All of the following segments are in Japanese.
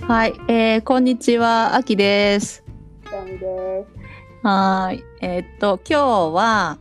はい、こんにちは、あきです。 ひとみです。 はい、今日は、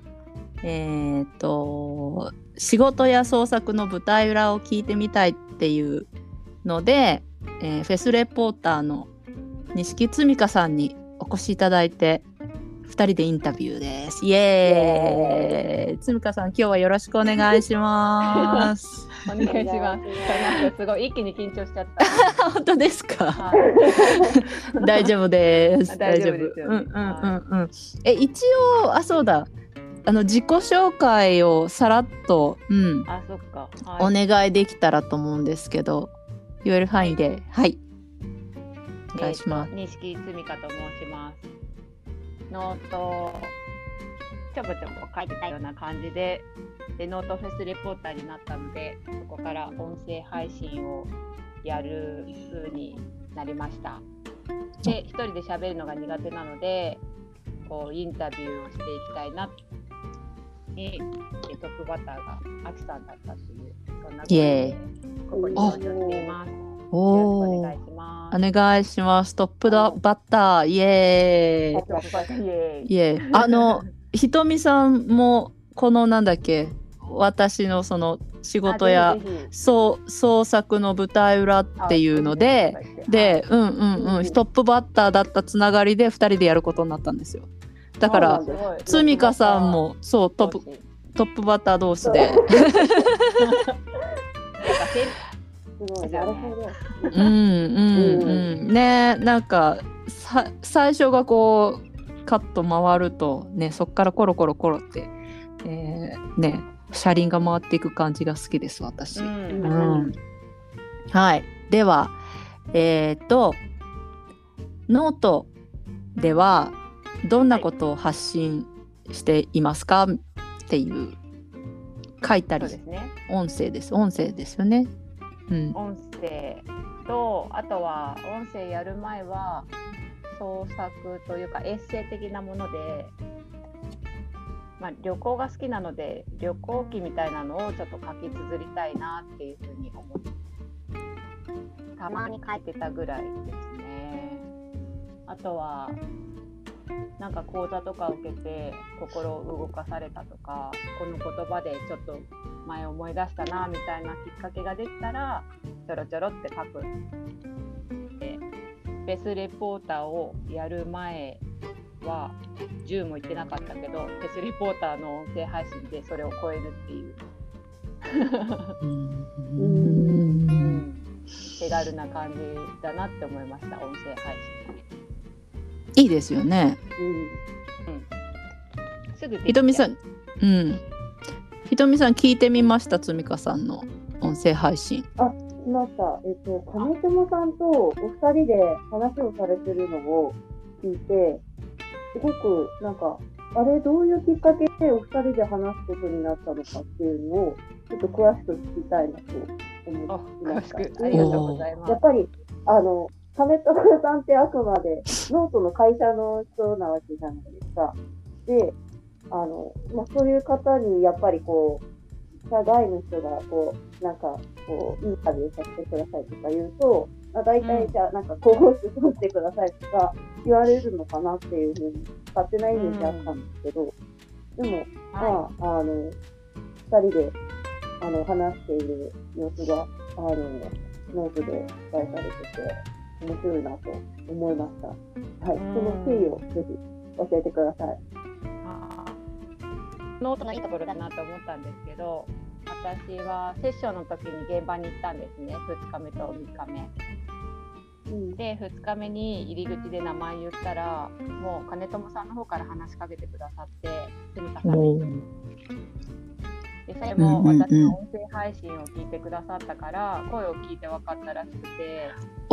仕事や創作の舞台裏を聞いてみたいっていうので、フェスレポーターの錦つみかさんにお越しいただいて、2人でインタビューです。イエーイ。つみかさん、今日はよろしくお願いします。 お願いします。なんかすごい一気に緊張しちゃった。 本当ですか？ はい、 大丈夫です。 大丈夫ですよね。 一応そうだ。自己紹介をさらっと、 そっか、 お願いできたらと思うんですけど、言える範囲で、はい、お願いします。 錦つみかと申します。ノートちょこちょこ書いてたような感じで、ノートフェスレポーターになったので、そこから音声配信をやる風になりました。で、一人で喋るのが苦手なので、こうインタビューをしていきたいなにトップバッターがあきさんだったという、そんなことでここに登場しています。よろしくお願いします。 お願いします。トップバッター、イエーイ。イエーイ。ひとみさんもこの私のその仕事や創作の舞台裏っていうので、トップバッターだったつながりで2人でやることになったんですよ。だからつみかさんもそうトップバッター同士でね、なんか最初がこうカット回るとね、そっからコロコロって、ね、車輪が回っていく感じが好きです私。はい、ではノートではどんなことを発信していますかっていう書いたり、音声ですよね。 音声と、あとは音声やる前は創作というかエッセイ的なもので、旅行が好きなので旅行記みたいなのをちょっと書き綴りたいなっていうふうに思って、たまに書いてたぐらいですね。あとはなんか講座とか受けて心を動かされたとか、この言葉でちょっと前思い出したなみたいなきっかけができたらちょろちょろって書く。フェスレポーターをやる前は10も言ってなかったけど、フェスレポーターの音声配信でそれを超えるっていう手軽な感じだなって思いました。音声配信いいですよね。 すぐひとみさん、ひとみさん聞いてみました？つみかさんの音声配信。 しました。金友さんとお二人で話をされてるのを聞いて、すごくなんかどういうきっかけでお二人で話すことになったのかっていうのをちょっと詳しく聞きたいなと思いました。 ありがとうございます。 やっぱり金友さんってあくまでノートの会社の人なわけじゃないですか。で、そういう方にやっぱりこう社外の人がこうインタビューさせてくださいとか言うと、大体じゃあこう質問してくださいとか言われるのかなっていうふうに勝手なイメージあったんですけど、でも、2人で話している様子がノートで伝えされてて面白いなと思いました。はい、その経緯をぜひ教えてください。 ノートのいいところだなと思ったんですけど、私はセッションの時に現場に行ったんですね。2日目と3日目。で、2日目に入り口で名前言ったら、もう金友さんの方から話しかけてくださって、つみかさんに。で、それも私の音声配信を聞いてくださったから、声を聞いて分かったらしくて、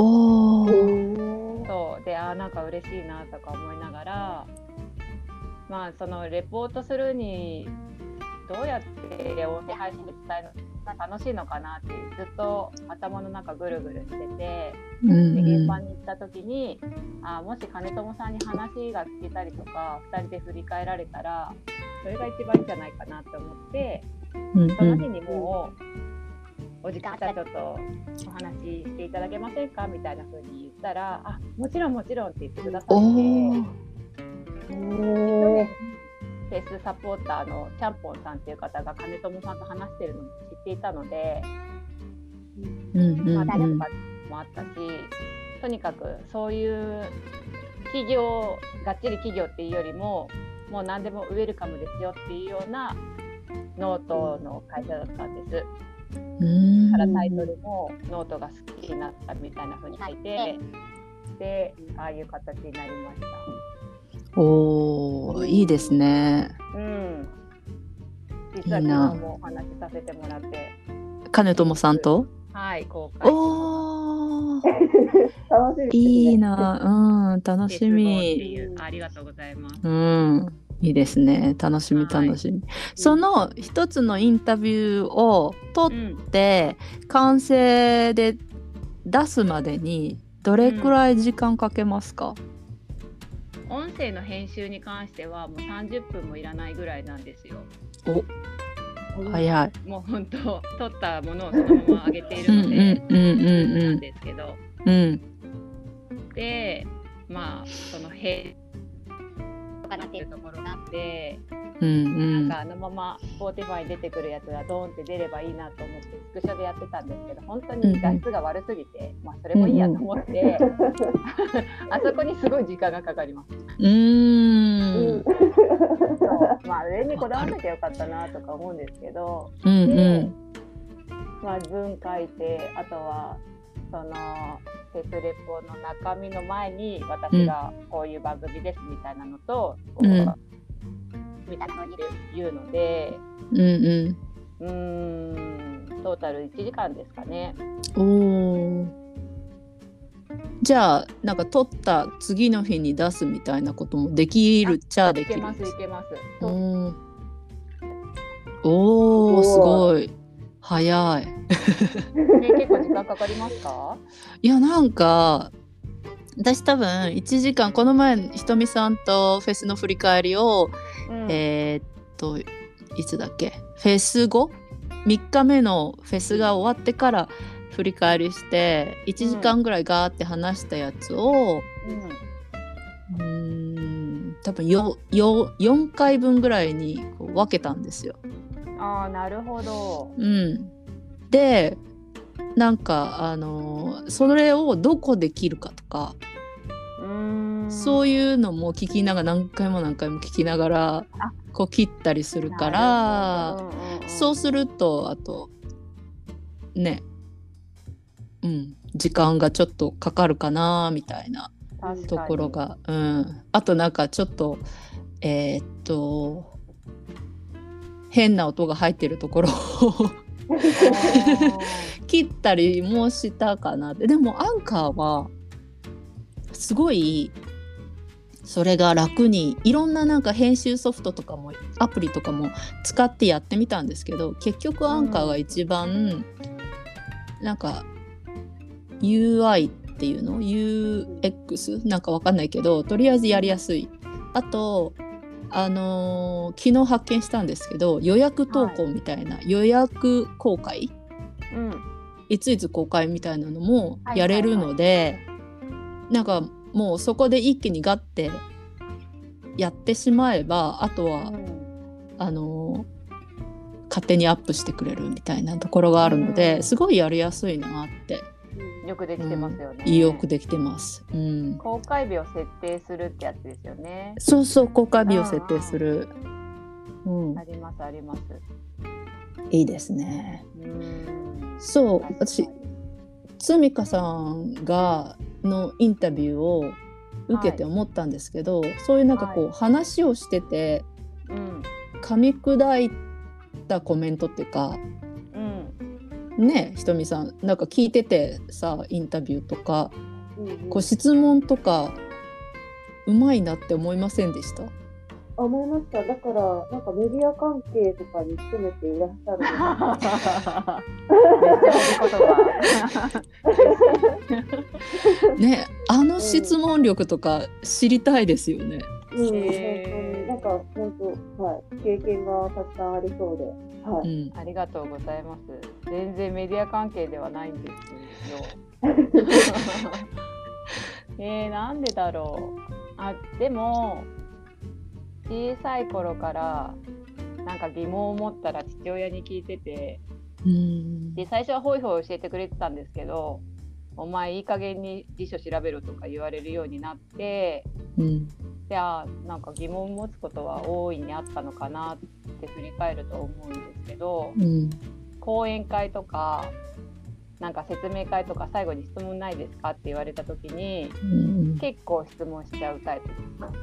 そうで、なんか嬉しいなとか思いながら、そのレポートするにどうやって音声配信で伝えるのが楽しいのかなってずっと頭の中ぐるぐるしてて、で現場に行った時にもし金友さんに話が聞けたりとか2人で振り返られたらそれが一番いいんじゃないかなって思って、その日にもうお時間あったらちょっとお話ししていただけませんかみたいな風に言ったら、あ、もちろんもちろんって言ってくださって、フェスサポーターのちゃんぽんさんっていう方が金友さんと話してるのも知っていたので、まあ大丈夫かもあったし、とにかくそういう企業、がっちり企業っていうよりも、もう何でもウェルカムですよっていうようなノートの会社だったんです。だからタイトルもノートが好きになったみたいな風に書いて、で、ああいう形になりました。 おー、いいですね。 実は昨日もお話しさせてもらって、 金友さんと、 はい、公開。 おー楽しみですね。 いいな、楽しみ。 ありがとうございます。 いいですね。楽しみ楽しみ。その一つのインタビューを撮って、完成で出すまでにどれくらい時間かけますか？ 音声の編集に関してはもう30分もいらないぐらいなんですよ。 早い。 もう本当撮ったものをそのまま上げているのでなんですけど、で、まあそのかなっていうところがあって、なんかあのまま Spotify に出てくるやつがドーンって出ればいいなと思ってスクショでやってたんですけど、本当に画質が悪すぎて、まあそれもいいやと思って、あそこにすごい時間がかかります。まあ上にこだわらなきゃよかったなとか思うんですけど、で、まあ文書いて、あとはそのフェスレポの中身の前に私がこういう番組ですみたいなのと、みたいなのを言うので、トータル1時間ですかね。 じゃあなんか撮った次の日に出すみたいなこともできるっちゃできる。 いけます。 おー、すごい早い。 結構時間かかりますか？ いや、なんか私多分1時間、この前ひとみさんとフェスの振り返りを、いつだっけ、フェス後3日目のフェスが終わってから振り返りして1時間ぐらいガーって話したやつを、多分4回分ぐらいにこう分けたんですよ。 あー、なるほど。 で、なんかそれをどこで切るかとか、そういうのも聞きながら何回も聞きながらこう切ったりするから、そうするとあとね、時間がちょっとかかるかなみたいなところが、あとなんかちょっと変な音が入ってるところを切ったりもしたかな。でもアンカーはすごいそれが楽に、いろんななんか編集ソフトとかもアプリとかも使ってやってみたんですけど、結局アンカーが一番なんか UI っていうの UX なんかわかんないけど、とりあえずやりやすい。あと昨日発見したんですけど、予約投稿みたいな、予約公開、いついつ公開みたいなのもやれるので、なんかもうそこで一気にガッてやってしまえば、あとは、勝手にアップしてくれるみたいなところがあるので、すごいやりやすいなって。 よくできてますよね。 よくできてます。 公開日を設定するってやつですよね。 そうそう、公開日を設定する。 ありますあります。 いいですね。そう、私つみかさんのインタビューを受けて思ったんですけど、そういうなんかこう、話をしてて、噛み砕いたコメントっていうか、ね、ひとみさんなんか聞いててさ、インタビューとか、こう質問とかうまいなって思いませんでした？ 思いました。だからなんかメディア関係とかに勤めていらっしゃるね、質問力とか知りたいですよね。 本当になんかか本当、はい、経験がたくさんありそうで、はい、 ありがとうございます。全然メディア関係ではないんですよ。なんでだろう。でも小さい頃からなんか疑問を持ったら父親に聞いてて、で最初はホイホイ教えてくれてたんですけど、お前いい加減に辞書調べろとか言われるようになって、じゃあなんか疑問を持つことは大いにあったのかなって振り返ると思うんですけど、講演会とかなんか説明会とか最後に質問ないですかって言われた時に、結構質問しちゃうタイプです。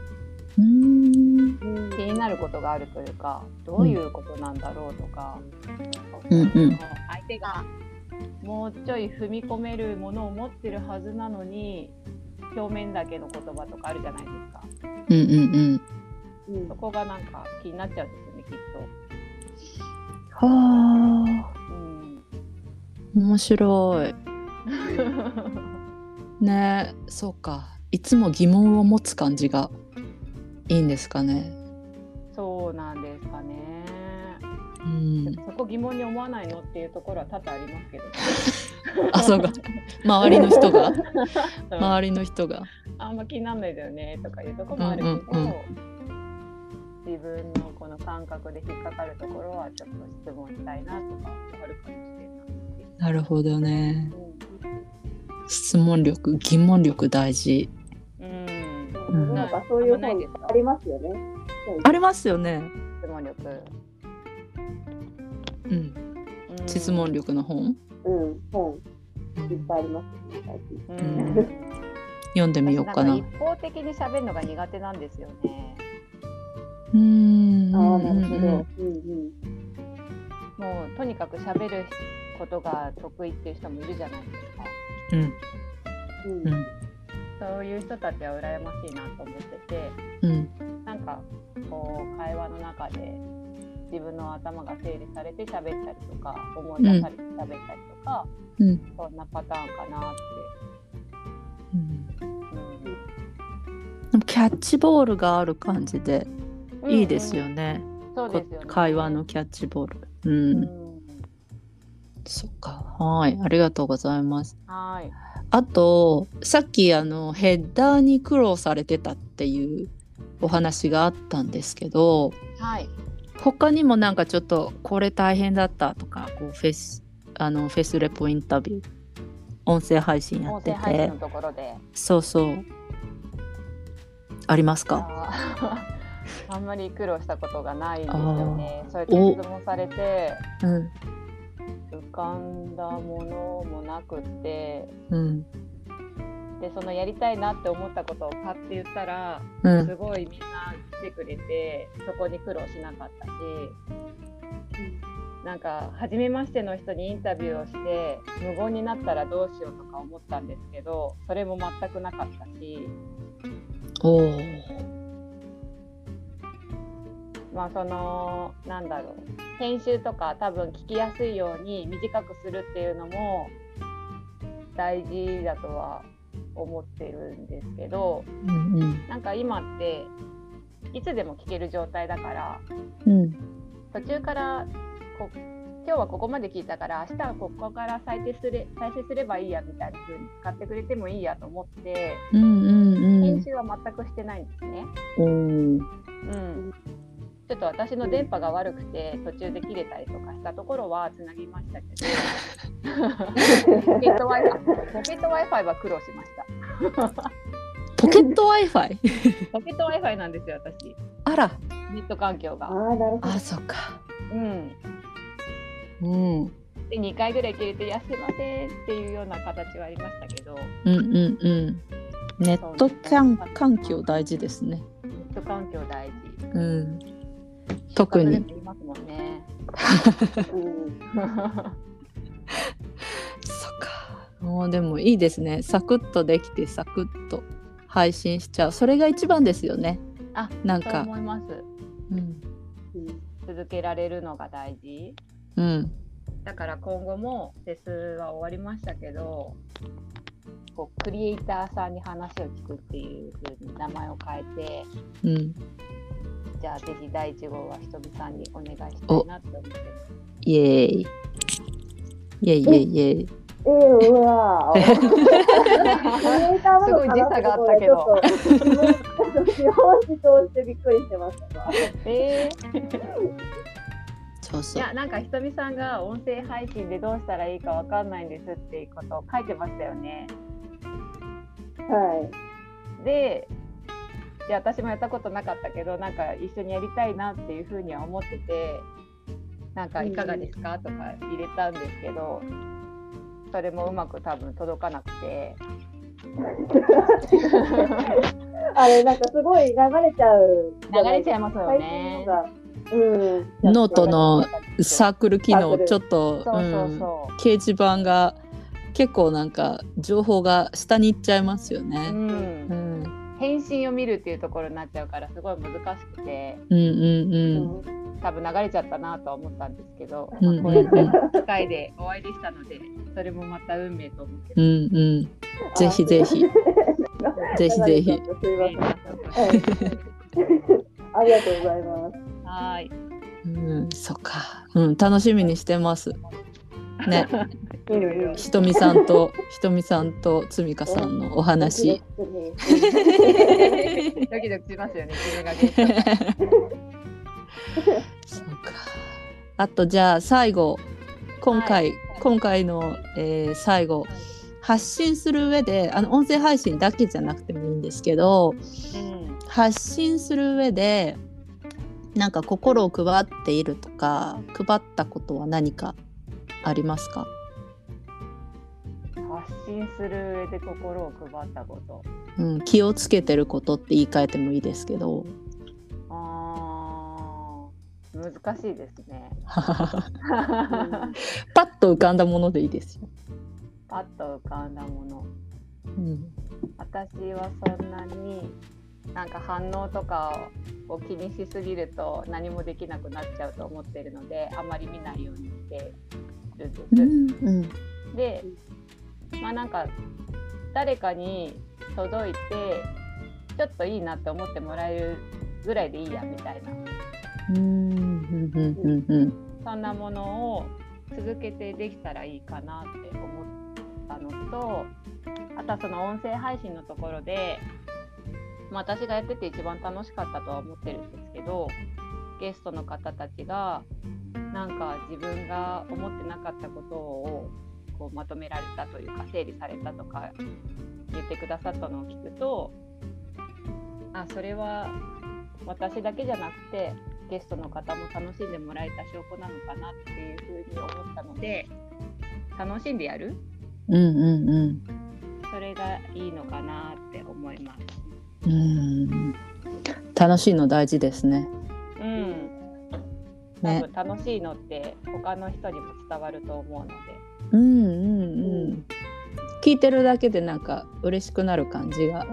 気になることがあるというか、どういうことなんだろうとか、相手がもうちょい踏み込めるものを持ってるはずなのに表面だけの言葉とかあるじゃないですか。そこがなんか気になっちゃうんですよね、きっと。 はあ、面白い。ね、そうか。いつも疑問を持つ感じがいいんですかね。 そうなんですかね。そこ疑問に思わないのっていうところは多々ありますけど、 あ、そうか。周りの人が周りの人があんま気にならないだよねとかいうところもあるけど、自分のこの感覚で引っかかるところはちょっと質問したいなとかあるかもしれない。 なるほどね。質問力、疑問力大事。 なんかそういう本ありますよね。 ありますよね。 質問力。 質問力の本。 本いっぱいありますね、最近。 読んでみようかな。 一方的に喋るのが苦手なんですよね。 なるほど。 もうとにかく喋ることが得意っていう人もいるじゃないですか。そういう人たちは羨ましいなと思ってて、なんかこう会話の中で自分の頭が整理されて喋ったりとか、思い出されて喋ったりとか、そんなパターンかなって。 でもキャッチボールがある感じでいいですよね。 そうですよね。 会話のキャッチボール。そっか。はい、ありがとうございます。 はい。 あとさっきヘッダーに苦労されてたっていうお話があったんですけど、他にもなんかちょっとこれ大変だったとか、こうフェスレポインタビュー、音声配信やってて、 音声配信のところで、 そうありますか？ あんまり苦労したことがないんですよね。そうやって質問されて、浮かんだものもなくって、でそのやりたいなって思ったことをパッて言ったら、すごいみんな来てくれて、そこに苦労しなかったし、なんか初めましての人にインタビューをして無言になったらどうしようとか思ったんですけど、それも全くなかったし、まあそのなんだろう、編集とか多分聞きやすいように短くするっていうのも大事だとは思ってるんですけど、なんか今っていつでも聞ける状態だから、途中から今日はここまで聞いたから明日はここから再生すればいいやみたいな風に使ってくれてもいいやと思って、編集は全くしてないんですね。ちょっと私の電波が悪くて途中で切れたりとかしたところはつなぎましたけど、ポケット Wi-Fi は苦労しました。 ポケット Wi-Fi？ ポケット Wi-Fi なんですよ、私。 あら。 ネット環境が。 そっか。 で2回ぐらい切れて、すいませんっていうような形はありましたけど。 ネット環境大事ですね。 ネット環境大事。 特に。 言いますもんね。 そっか。もうでもいいですね。サクッとできてサクッと配信しちゃう。それが一番ですよね。なんか。 そう思います。続けられるのが大事。だから今後もフェスは終わりましたけど、こうクリエイターさんに話を聞くっていう風に名前を変えて、 じゃあぜひ第1号はひとみさんにお願いしたいなと思ってます。 イエーイイエイイエイイエイ。 うわー。すごい時差があったけど。 資本誌としてびっくりしてました。 そうそう。 いや、なんかひとみさんが音声配信でどうしたらいいかわかんないんですっていうことを書いてましたよね。 はい。 で、私もやったことなかったけど、なんか一緒にやりたいなっていうふうには思ってて、なんかいかがですかとか入れたんですけど、それもうまく多分届かなくてあれなんかすごい流れちゃいますよね。 ノートのサークル機能ちょっと掲示板が結構なんか情報が下に行っちゃいますよね。 返信を見るっていうところになっちゃうからすごい難しくて、多分流れちゃったなとは思ったんですけど、こうやって機会でお会いできたので、それもまた運命と思うけど、 ぜひぜひぜひぜひありがとうございます。 はい。 そっか、楽しみにしてますね。ひとみさんとつみかさんのお話。 ドキドキしますよね。自分がゲスト。 そうか。あとじゃあ最後、今回の、最後、発信する上で音声配信だけじゃなくてもいいんですけど、発信する上でなんか心を配っているとか配ったことは何かありますか？ 発信する上で心を配ったこと、 気をつけてることって言い換えてもいいですけど。 難しいですね。 パッと浮かんだものでいいですよ。 パッと浮かんだもの、私はそんなになんか反応とかを気にしすぎると何もできなくなっちゃうと思っているので、あまり見ないようにしてるんです。で、なんか誰かに届いてちょっといいなって思ってもらえるぐらいでいいやみたいな、そんなものを続けてできたらいいかなって思ったのと、あとはその音声配信のところで、私がやってて一番楽しかったとは思ってるんですけど、ゲストの方たちがなんか自分が思ってなかったことをこうまとめられたというか、整理されたとか言ってくださったのを聞くと、それは私だけじゃなくてゲストの方も楽しんでもらえた証拠なのかなっていうふうに思ったので、楽しんでやる、それがいいのかなって思います。 楽しいの大事ですね。 多分楽しいのって他の人にも伝わると思うので、 聞いてるだけでなんか嬉しくなる感じが、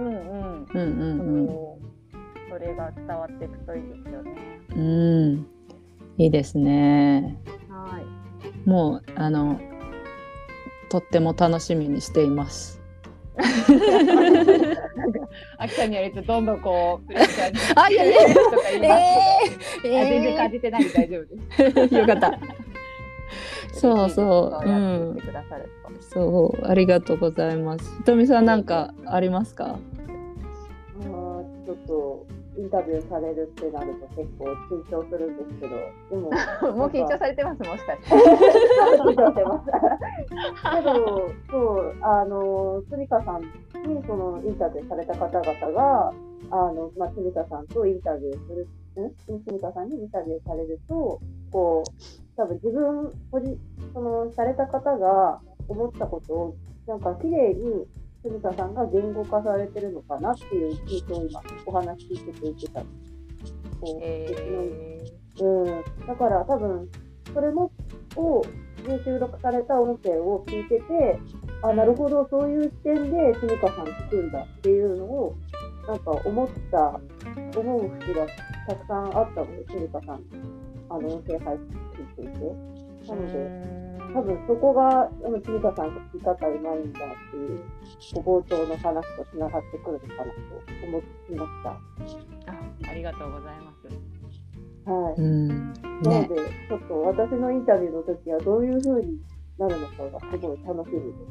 それが伝わっていくといいですよね。 いいですね。 はい。 もうとっても楽しみにしています。 あきさんにやるとどんどんこうプレッシャーにとか言いますけど、全然感じてないで大丈夫です。 よかった。そう、ありがとうございます。ひとみさんなんかありますか？ ちょっとインタビューされるってなると結構緊張するんですけど、でももう緊張されてます、もしかして。 緊張してます。けどつみかさんにそのインタビューされた方々がつみかさんとインタビューする、つみかさんにインタビューされると、こう多分自分そのされた方が思ったことをなんか綺麗につみかさんが言語化されてるのかなっていう印象を今お話聞いてて言ってた。だから多分それも収録された音声を聞いてて、なるほど、そういう視点でつみかさん聞くんだっていうのをなんか思う節がたくさんあったので、つみかさん音声配信聞いていて、なので多分そこがつみかさんの聞き方うまいんだっていう冒頭の話とつながってくるのかなと思いました。 ありがとうございます。 はい。 うんなのね、 で、ちょっと私のインタビューの時はどういう風になるのかがすごい楽しみです。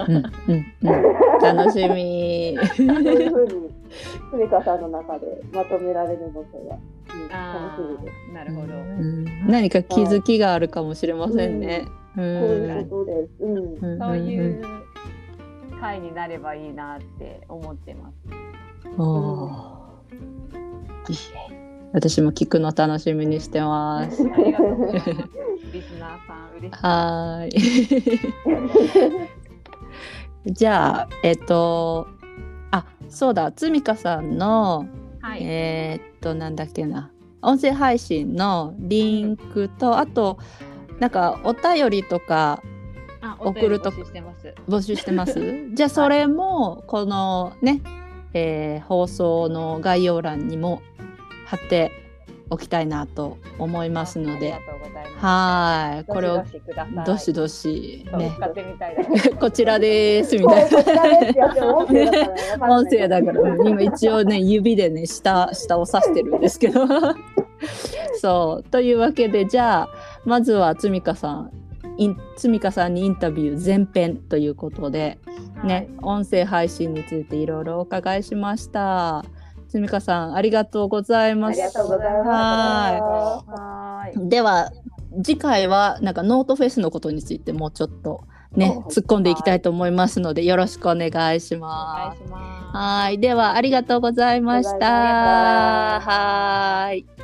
うん楽しみ。 どういう風に、すみかさんの中でまとめられるのかが、楽しみです。 なるほど。 何か気づきがあるかもしれませんね。 こういうことです。 そういう回になればいいなって思ってます。 いい私も聞くの楽しみにしてます。 ありがとうございます。リスナーさん嬉しい。 はい。じゃあそうだ、つみかさんの、 はい、 なんだっけな、音声配信のリンクと、あとなんかお便りとか送ると募集してます。じゃあそれもこのね、放送の概要欄にも貼っておきたいなと思いますので、はい、これをどしどしね、こちらですみたいな。音声だから今一応ね指でね下を指してるんですけどそうというわけで、じゃあまずはつみかさんにインタビュー前編ということでね、音声配信についていろいろお伺いしました。つみかさんありがとうございます。はい。では次回はなんかノートフェスのことについてもうちょっとね突っ込んでいきたいと思いますので、よろしくお願いします。はい。ではありがとうございました。はい。